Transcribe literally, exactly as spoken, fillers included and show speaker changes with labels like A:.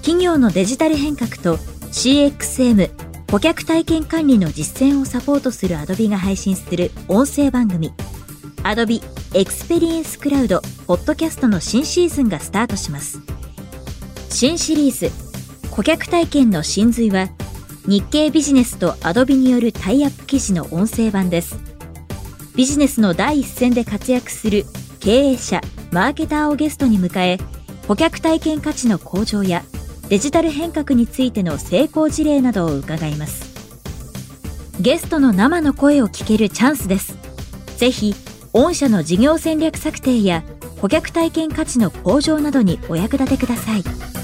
A: 企業のデジタル変革と シーエックスエム 顧客体験管理の実践をサポートする Adobe が配信する音声番組 Adobe Experience Cloud ポッドキャストの新シーズンがスタートします。新シリーズ顧客体験の真髄は日経ビジネスと Adobe によるタイアップ記事の音声版です。ビジネスの第一線で活躍する経営者、マーケターをゲストに迎え、顧客体験価値の向上やデジタル変革についての成功事例などを伺います。ゲストの生の声を聞けるチャンスです。ぜひ、御社の事業戦略策定や顧客体験価値の向上などにお役立てください。